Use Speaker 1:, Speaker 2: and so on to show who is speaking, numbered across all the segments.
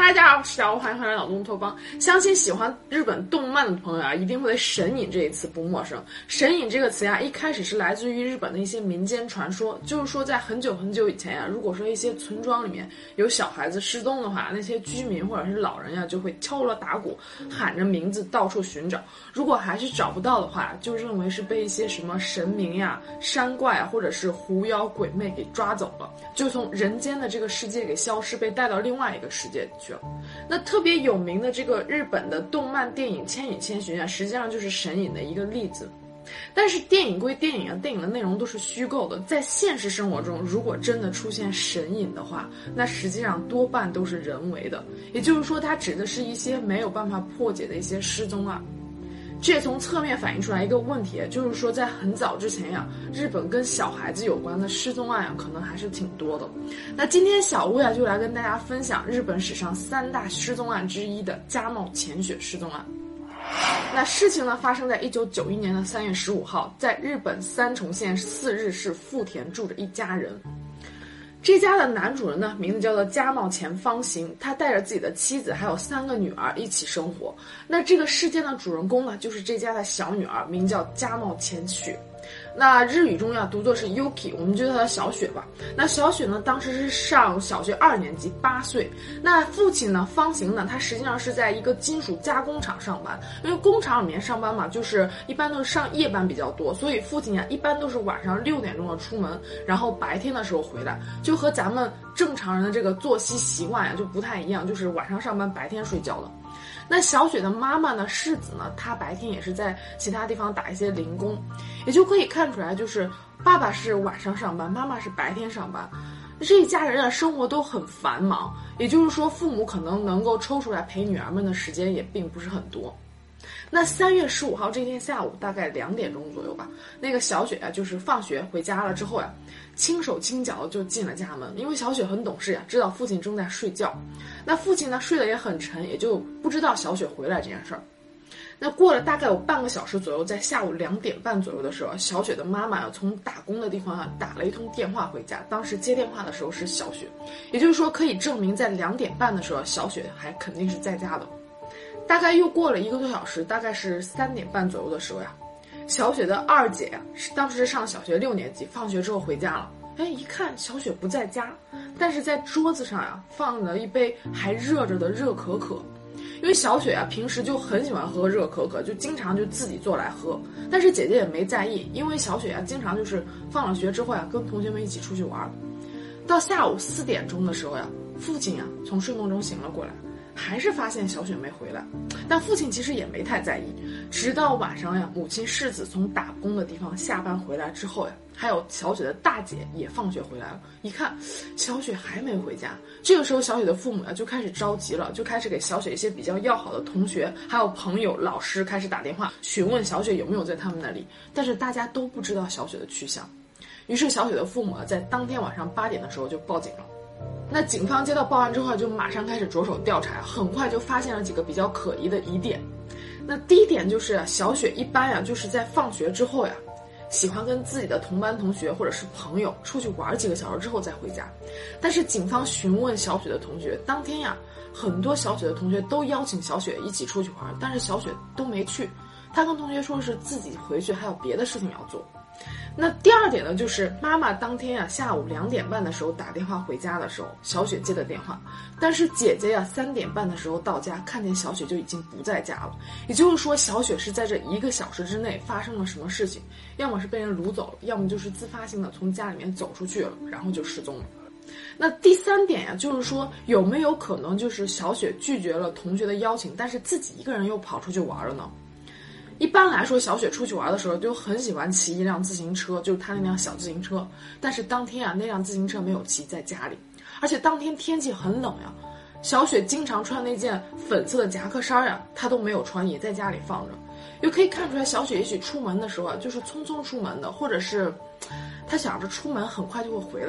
Speaker 1: 大家好，欢迎回来脑洞托邦。相信喜欢日本动漫的朋友啊，一定会对神隐这一词不陌生。神隐这个词呀，一开始是来自于日本的一些民间传说，就是说在很久很久以前呀，如果说一些村庄里面有小孩子失踪的话，那些居民或者是老人呀，就会敲锣打鼓，喊着名字到处寻找。如果还是找不到的话，就认为是被一些什么神明呀、山怪啊，或者是狐妖鬼魅给抓走了，就从人间的这个世界给消失，被带到另外一个世界去了。那特别有名的这个日本的动漫电影《千与千寻》啊，实际上就是神隐的一个例子。但是电影归电影啊，电影的内容都是虚构的，在现实生活中，如果真的出现神隐的话，那实际上多半都是人为的，也就是说，它指的是一些没有办法破解的一些失踪案。这也从侧面反映出来一个问题，就是说在很早之前呀，日本跟小孩子有关的失踪案呀，可能还是挺多的。那今天小薇啊，就来跟大家分享日本史上3大失踪案之一的加茂前雪失踪案。那事情呢，发生在1991年的3月15号，在日本三重县四日市富田住着一家人。这家的男主人呢，名字叫做加茂前方行，他带着自己的妻子还有3个女儿一起生活。那这个事件的主人公呢，就是这家的小女儿，名叫加茂前雪。那日语中呀读作是 Yuki， 我们就叫她小雪吧。那小雪呢，当时是上小学2年级，8岁。那父亲呢，方行呢，他实际上是在一个金属加工厂上班。因为工厂里面上班嘛，就是一般都是上夜班比较多，所以父亲呀一般都是晚上6点钟的出门，然后白天的时候回来，就和咱们正常人的这个作息习惯呀就不太一样，就是晚上上班，白天睡觉的。那小雪的妈妈呢，世子呢，她白天也是在其他地方打一些零工，也就可以看出来，就是爸爸是晚上上班，妈妈是白天上班。这一家人啊，生活都很繁忙，也就是说，父母可能能够抽出来陪女儿们的时间也并不是很多。那3月15号这天下午大概2点钟左右吧，那个小雪啊，就是放学回家了之后呀，轻手轻脚就进了家门。因为小雪很懂事呀，知道父亲正在睡觉。那父亲呢，睡得也很沉，也就不知道小雪回来这件事儿。那过了大概有半个小时左右，在下午2点半左右的时候，小雪的妈妈从打工的地方啊打了一通电话回家。当时接电话的时候是小雪，也就是说可以证明在2点半的时候，小雪还肯定是在家的。大概又过了1个多小时，大概是3点半左右的时候呀，小雪的二姐呀，当时是上小学6年级，放学之后回家了。一看小雪不在家，但是在桌子上呀放了一杯还热着的热可可。因为小雪啊平时就很喜欢喝热可可，就经常就自己做来喝。但是姐姐也没在意，因为小雪啊经常就是放了学之后呀跟同学们一起出去玩。到下午4点钟的时候呀，父亲啊从睡梦中醒了过来，还是发现小雪没回来。但父亲其实也没太在意，直到晚上呀，母亲世子从打工的地方下班回来之后呀，还有小雪的大姐也放学回来了，一看小雪还没回家。这个时候小雪的父母呀就开始着急了，就开始给小雪一些比较要好的同学还有朋友老师开始打电话询问小雪有没有在他们那里，但是大家都不知道小雪的去向。于是小雪的父母在当天晚上8点的时候就报警了。那警方接到报案之后就马上开始着手调查，很快就发现了几个比较可疑的疑点。那第一点就是小雪一般呀就是在放学之后呀，喜欢跟自己的同班同学或者是朋友出去玩几个小时之后再回家。但是警方询问小雪的同学，当天呀很多小雪的同学都邀请小雪一起出去玩，但是小雪都没去。她跟同学说是自己回去还有别的事情要做。那第二点呢，就是妈妈当天呀下午2点半的时候打电话回家的时候，小雪接的电话，但是姐姐呀3点半的时候到家，看见小雪就已经不在家了。也就是说，小雪是在这1个小时之内发生了什么事情，要么是被人掳走了，要么就是自发性的从家里面走出去了，然后就失踪了。那第3点呀，就是说有没有可能就是小雪拒绝了同学的邀请，但是自己一个人又跑出去玩了呢？一般来说，小雪出去玩的时候就很喜欢骑一辆自行车，就是她那辆小自行车。但是当天啊，那辆自行车没有骑在家里，而且当天天气很冷呀。小雪经常穿那件粉色的夹克衫呀，她都没有穿，也在家里放着。又可以看出来，小雪也许出门的时候啊，就是匆匆出门的，或者是她想着出门很快就会回来。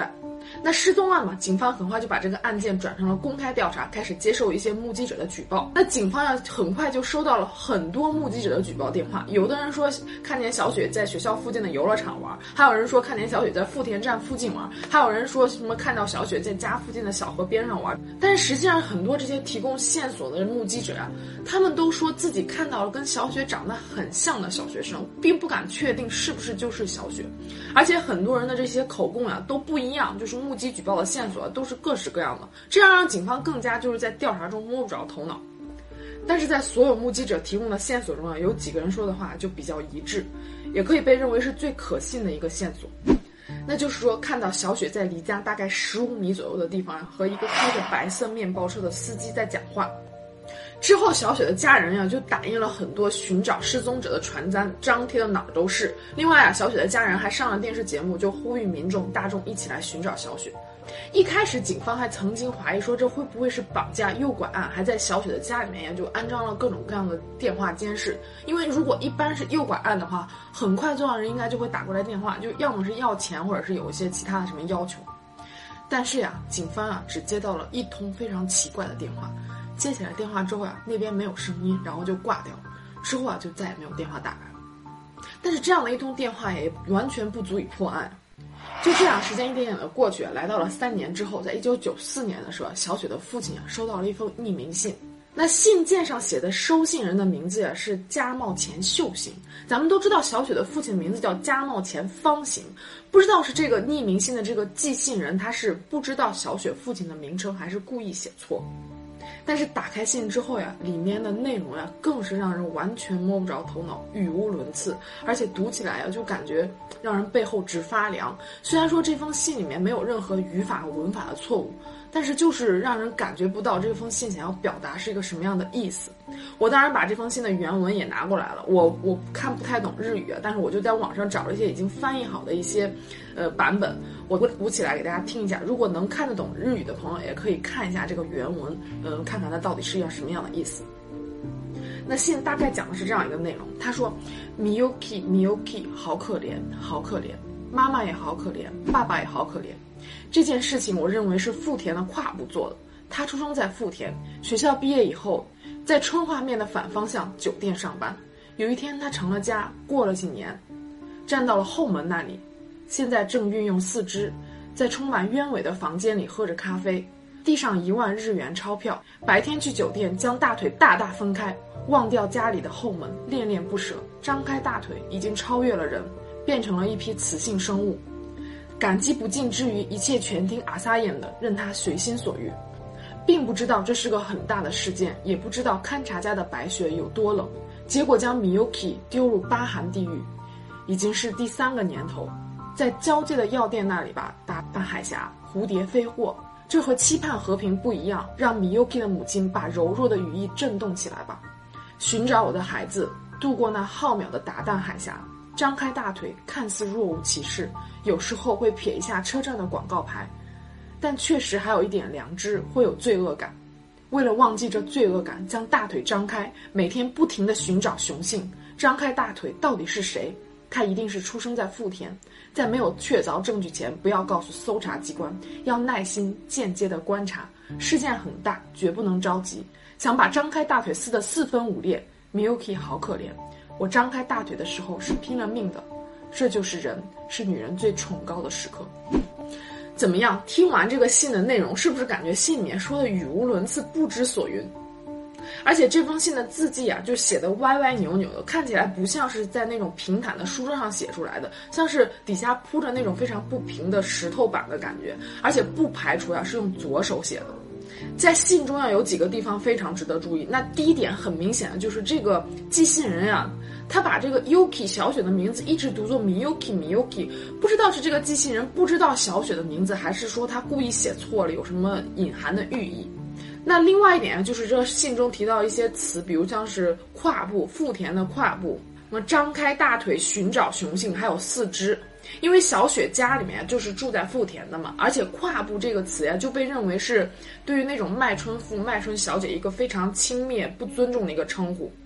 Speaker 1: 那失踪案嘛，警方很快就把这个案件转成了公开调查，开始接受一些目击者的举报。那警方呀，很快就收到了很多目击者的举报电话，有的人说看见小雪在学校附近的游乐场玩，还有人说看见小雪在富田站附近玩，还有人说什么看到小雪在家附近的小河边上玩。但是实际上，很多这些提供线索的目击者呀，他们都说自己看到了跟小雪长得很像的小学生，并不敢确定是不是就是小雪。而且很多人的这些口供啊都不一样，就是目击举报的线索都是各式各样的，这样让警方更加就是在调查中摸不着头脑。但是在所有目击者提供的线索中啊，有几个人说的话就比较一致，也可以被认为是最可信的一个线索。那就是说，看到小雪在离家大概15米左右的地方和一个开着白色面包车的司机在讲话。之后小雪的家人呀就打印了很多寻找失踪者的传单，张贴的哪儿都是。另外啊，小雪的家人还上了电视节目，就呼吁民众大众一起来寻找小雪。一开始警方还曾经怀疑说这会不会是绑架诱拐案，还在小雪的家里面呀就安装了各种各样的电话监视。因为如果一般是诱拐案的话，很快作案人应该就会打过来电话，就要么是要钱，或者是有一些其他的什么要求。但是呀，警方啊只接到了一通非常奇怪的电话，接起来电话之后啊，那边没有声音，然后就挂掉了。之后啊，就再也没有电话打来了。但是这样的一通电话也完全不足以破案。就这样，时间一点点的过去，来到了3年之后，在1994年的时候，小雪的父亲啊收到了一封匿名信。那信件上写的收信人的名字是加茂前秀行。咱们都知道小雪的父亲名字叫加茂前方行，不知道是这个匿名信的这个寄信人他是不知道小雪父亲的名称，还是故意写错。但是打开信之后呀，里面的内容呀更是让人完全摸不着头脑，语无伦次，而且读起来呀就感觉让人背后直发凉。虽然说这封信里面没有任何语法和文法的错误，但是就是让人感觉不到这封信想要表达是一个什么样的意思。我当然把这封信的原文也拿过来了，我看不太懂日语啊，但是我就在网上找了一些已经翻译好的一些版本，我会读起来给大家听一下。如果能看得懂日语的朋友也可以看一下这个原文，看看它到底是一个什么样的意思。那信大概讲的是这样一个内容，他说 Miyuki 好可怜好可怜，妈妈也好可怜，爸爸也好可怜。这件事情我认为是富田的跨部做的。他出生在富田，学校毕业以后在春华面的反方向酒店上班。有一天他成了家，过了几年站到了后门那里，现在正运用四肢在充满鸢尾的房间里喝着咖啡，地上1万日元钞票。白天去酒店将大腿大大分开，忘掉家里的后门，恋恋不舍，张开大腿已经超越了人，变成了一批雌性生物。感激不尽之余，一切全听阿萨演的，任他随心所欲，并不知道这是个很大的事件，也不知道勘察家的白雪有多冷。结果将 Miyuki 丢入巴寒地狱，已经是第3个年头。在交界的药店那里吧，打扮海峡，蝴蝶飞过。这和期盼和平不一样，让 Miyuki 的母亲把柔弱的羽翼震动起来吧。寻找我的孩子，渡过那浩渺的达旦海峡，张开大腿，看似若无其事，有时候会瞥一下车站的广告牌，但确实还有一点良知，会有罪恶感。为了忘记这罪恶感，将大腿张开，每天不停地寻找雄性。张开大腿到底是谁？他一定是出生在富田。在没有确凿证据前，不要告诉搜查机关，要耐心间接的观察。事件很大，绝不能着急，想把张开大腿撕得4分5裂。Miyuki 好可怜，我张开大腿的时候是拼了命的。这就是人，是女人最崇高的时刻。怎么样？听完这个信的内容，是不是感觉信里面说的语无伦次，不知所云？而且这封信的字迹啊，就写得歪歪扭扭的，看起来不像是在那种平坦的书桌上写出来的，像是底下铺着那种非常不平的石头板的感觉。而且不排除是用左手写的。在信中有几个地方非常值得注意。那第一点很明显的就是这个寄信人啊，他把这个 Yuki 小雪的名字一直读作 Miyuki， 不知道是这个寄信人不知道小雪的名字，还是说他故意写错了，有什么隐含的寓意。那另外一点就是这信中提到一些词，比如像是跨步，富田的跨步，什么张开大腿寻找雄性，还有4肢。因为小雪家里面就是住在富田的嘛，而且跨步这个词呀就被认为是对于那种卖春妇、卖春小姐一个非常轻蔑不尊重的一个称呼。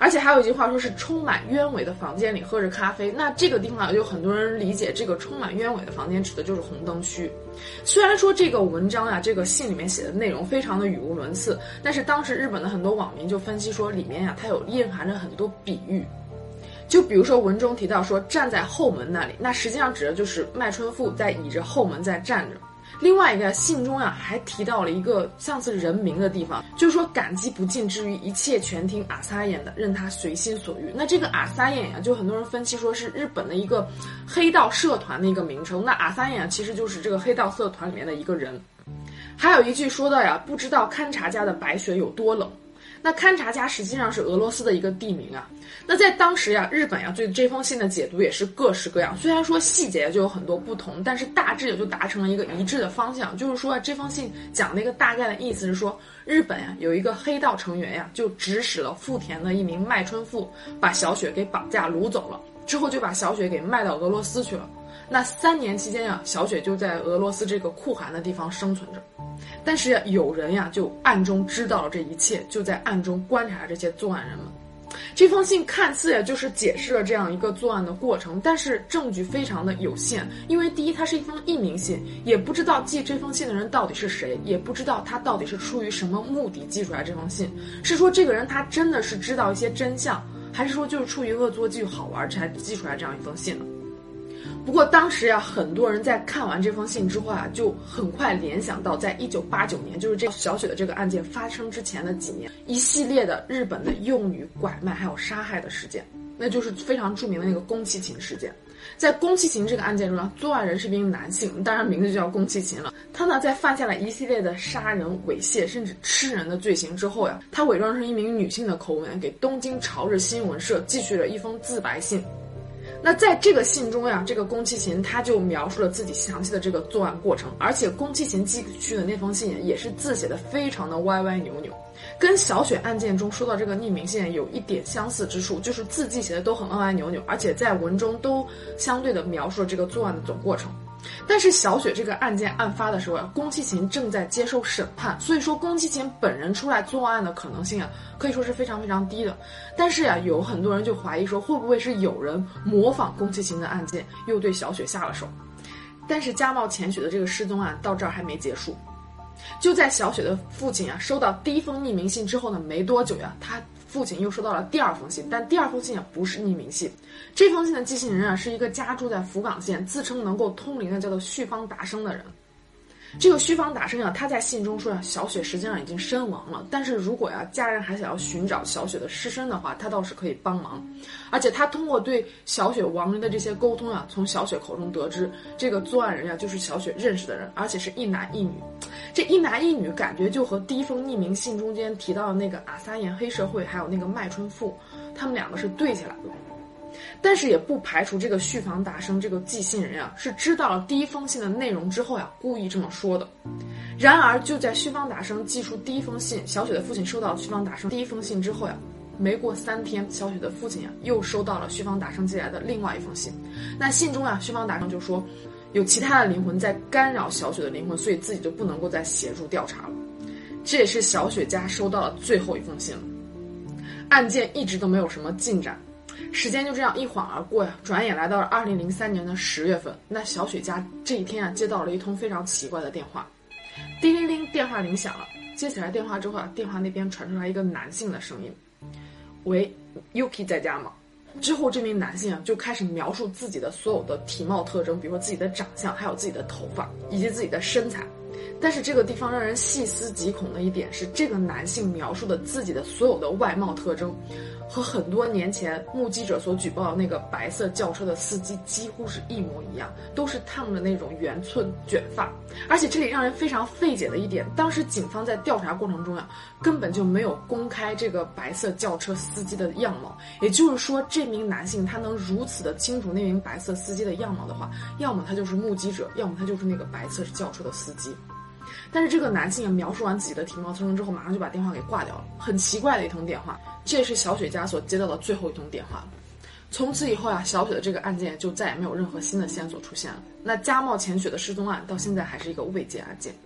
Speaker 1: 而且还有一句话说是充满鸢尾的房间里喝着咖啡，那这个地方有很多人理解这个充满鸢尾的房间指的就是红灯区。虽然说这个文章呀，这个信里面写的内容非常的语无伦次，但是当时日本的很多网民就分析说里面呀它有蕴含着很多比喻。就比如说文中提到说站在后门那里，那实际上指的就是麦春富在倚着后门在站着。另外一个信中啊还提到了一个像是人名的地方，就是说感激不尽之余一切全听阿萨彦的，任他随心所欲。那这个阿萨彦呀，就很多人分析说是日本的一个黑道社团的一个名称，那阿萨彦其实就是这个黑道社团里面的一个人。还有一句说到呀，不知道勘察家的白雪有多冷。那勘察家实际上是俄罗斯的一个地名啊。那在当时呀，日本呀对这封信的解读也是各式各样，虽然说细节就有很多不同，但是大致也就达成了一个一致的方向，就是说这封信讲的一个大概的意思是说，日本呀有一个黑道成员呀就指使了富田的一名卖春妇，把小雪给绑架掳走了，之后就把小雪给卖到俄罗斯去了。那3年期间呀，小雪就在俄罗斯这个酷寒的地方生存着。但是呀，有人呀就暗中知道了这一切，就在暗中观察这些作案人们。这封信看似呀就是解释了这样一个作案的过程，但是证据非常的有限，因为第一，它是一封匿名信，也不知道寄这封信的人到底是谁，也不知道他到底是出于什么目的寄出来这封信，是说这个人他真的是知道一些真相，还是说就是出于恶作剧好玩才寄出来这样一封信呢？不过当时呀，很多人在看完这封信之后啊，就很快联想到在1989年，就是这小雪的这个案件发生之前的几年，一系列的日本的幼女拐卖还有杀害的事件，那就是非常著名的那个宫崎勤事件。在宫崎勤这个案件中呢，作案人是一名男性，当然名字就叫宫崎勤了。他呢在犯下了一系列的杀人、猥亵甚至吃人的罪行之后呀，他伪装成一名女性的口吻，给东京朝日新闻社寄去了一封自白信。那在这个信中呀，这个宫崎勤他就描述了自己详细的这个作案过程，而且宫崎勤寄去的那封信也是字写的非常的歪歪扭扭，跟小雪案件中说到这个匿名信有一点相似之处，就是字迹写的都很歪歪扭扭，而且在文中都相对的描述了这个作案的总过程。但是小雪这个案件案发的时候啊，宫崎勤正在接受审判，所以说宫崎勤本人出来作案的可能性啊，可以说是非常非常低的。但是呀，有很多人就怀疑说，会不会是有人模仿宫崎勤的案件，又对小雪下了手？但是加茂前雪的这个失踪案到这儿还没结束。就在小雪的父亲啊收到第一封匿名信之后呢，没多久呀，他父亲又收到了第二封信，但第二封信也不是匿名信。这封信的寄信人啊是一个家住在福冈县，自称能够通灵的叫做旭方达生的人。这个旭方达生啊，他在信中说呀，小雪实际上已经身亡了，但是如果呀家人还想要寻找小雪的尸身的话，他倒是可以帮忙。而且他通过对小雪亡灵的这些沟通啊，从小雪口中得知，这个作案人呀就是小雪认识的人，而且是一男一女。这一男一女感觉就和第一封匿名信中间提到的那个阿萨彦黑社会还有那个麦春富，他们两个是对起来的。但是也不排除这个旭方达生这个寄信人啊，是知道了第一封信的内容之后呀，故意这么说的。然而就在旭方达生寄出第一封信，小雪的父亲收到旭方达生第一封信之后呀，没过3天，小雪的父亲呀又收到了旭方达生寄来的另外一封信。那信中啊，旭方达生就说有其他的灵魂在干扰小雪的灵魂，所以自己就不能够再协助调查了。这也是小雪家收到了最后一封信了。案件一直都没有什么进展。时间就这样一晃而过呀，转眼来到了2003年的10月份。那小雪家这一天啊，接到了一通非常奇怪的电话，叮铃铃，电话铃响了。接起来电话之后啊，电话那边传出来一个男性的声音：“喂 ，Yuki 在家吗？”之后这名男性啊就开始描述自己的所有的体貌特征，比如说自己的长相，还有自己的头发以及自己的身材。但是这个地方让人细思极恐的一点是，这个男性描述的自己的所有的外貌特征和很多年前目击者所举报的那个白色轿车的司机几乎是一模一样，都是烫着那种圆寸卷发。而且这里让人非常费解的一点，当时警方在调查过程中呀，根本就没有公开这个白色轿车司机的样貌。也就是说，这名男性他能如此的清楚那名白色司机的样貌的话，要么他就是目击者，要么他就是那个白色轿车的司机。但是这个男性啊描述完自己的体貌特征之后，马上就把电话给挂掉了，很奇怪的一通电话。这也是小雪家所接到的最后一通电话了。从此以后啊，小雪的这个案件就再也没有任何新的线索出现了。那加茂前雪的失踪案到现在还是一个未解案件。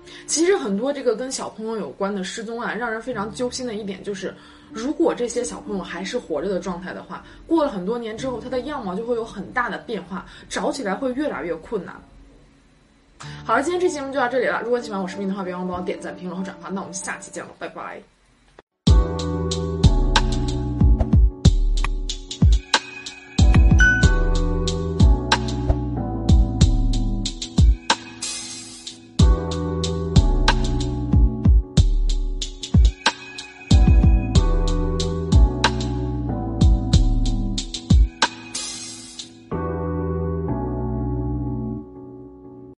Speaker 1: 其实很多这个跟小朋友有关的失踪案，让人非常揪心的一点就是，如果这些小朋友还是活着的状态的话，过了很多年之后，他的样貌就会有很大的变化，找起来会越来越困难。好了，今天这期节目就到这里了。如果你喜欢我视频的话，别忘了帮我点赞、评论和转发。那我们下期见了，拜拜。